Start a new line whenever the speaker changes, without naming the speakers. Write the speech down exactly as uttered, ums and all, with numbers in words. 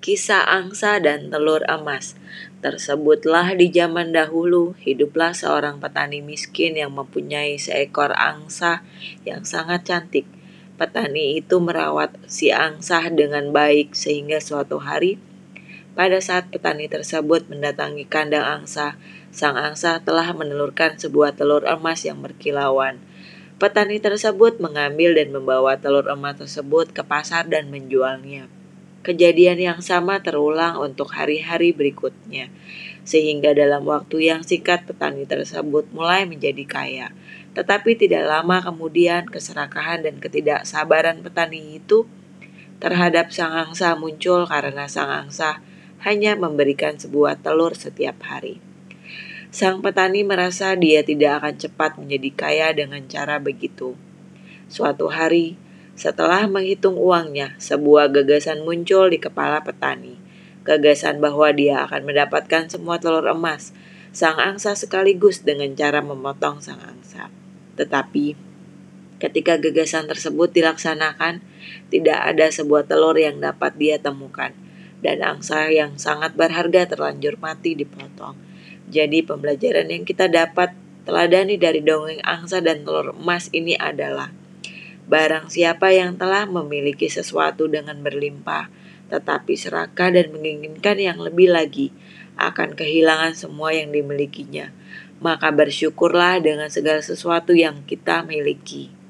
Kisah angsa dan telur emas. Tersebutlah di zaman dahulu, hiduplah seorang petani miskin yang mempunyai seekor angsa yang sangat cantik. Petani itu merawat si angsa dengan baik sehingga suatu hari, pada saat petani tersebut mendatangi kandang angsa, sang angsa telah menelurkan sebuah telur emas yang berkilauan. Petani tersebut mengambil dan membawa telur emas tersebut ke pasar dan menjualnya. Kejadian yang sama terulang untuk hari-hari berikutnya, sehingga dalam waktu yang singkat petani tersebut mulai menjadi kaya. Tetapi tidak lama kemudian keserakahan dan ketidaksabaran petani itu terhadap sang angsa muncul karena sang angsa hanya memberikan sebuah telur setiap hari. Sang petani merasa dia tidak akan cepat menjadi kaya dengan cara begitu. Suatu hari, setelah menghitung uangnya, sebuah gagasan muncul di kepala petani. Gagasan bahwa dia akan mendapatkan semua telur emas sang angsa sekaligus dengan cara memotong sang angsa. Tetapi ketika gagasan tersebut dilaksanakan, tidak ada sebuah telur yang dapat dia temukan, dan angsa yang sangat berharga terlanjur mati dipotong. Jadi pembelajaran yang kita dapat teladani dari dongeng angsa dan telur emas ini adalah: barang siapa yang telah memiliki sesuatu dengan berlimpah, tetapi serakah dan menginginkan yang lebih lagi, akan kehilangan semua yang dimilikinya. Maka bersyukurlah dengan segala sesuatu yang kita miliki.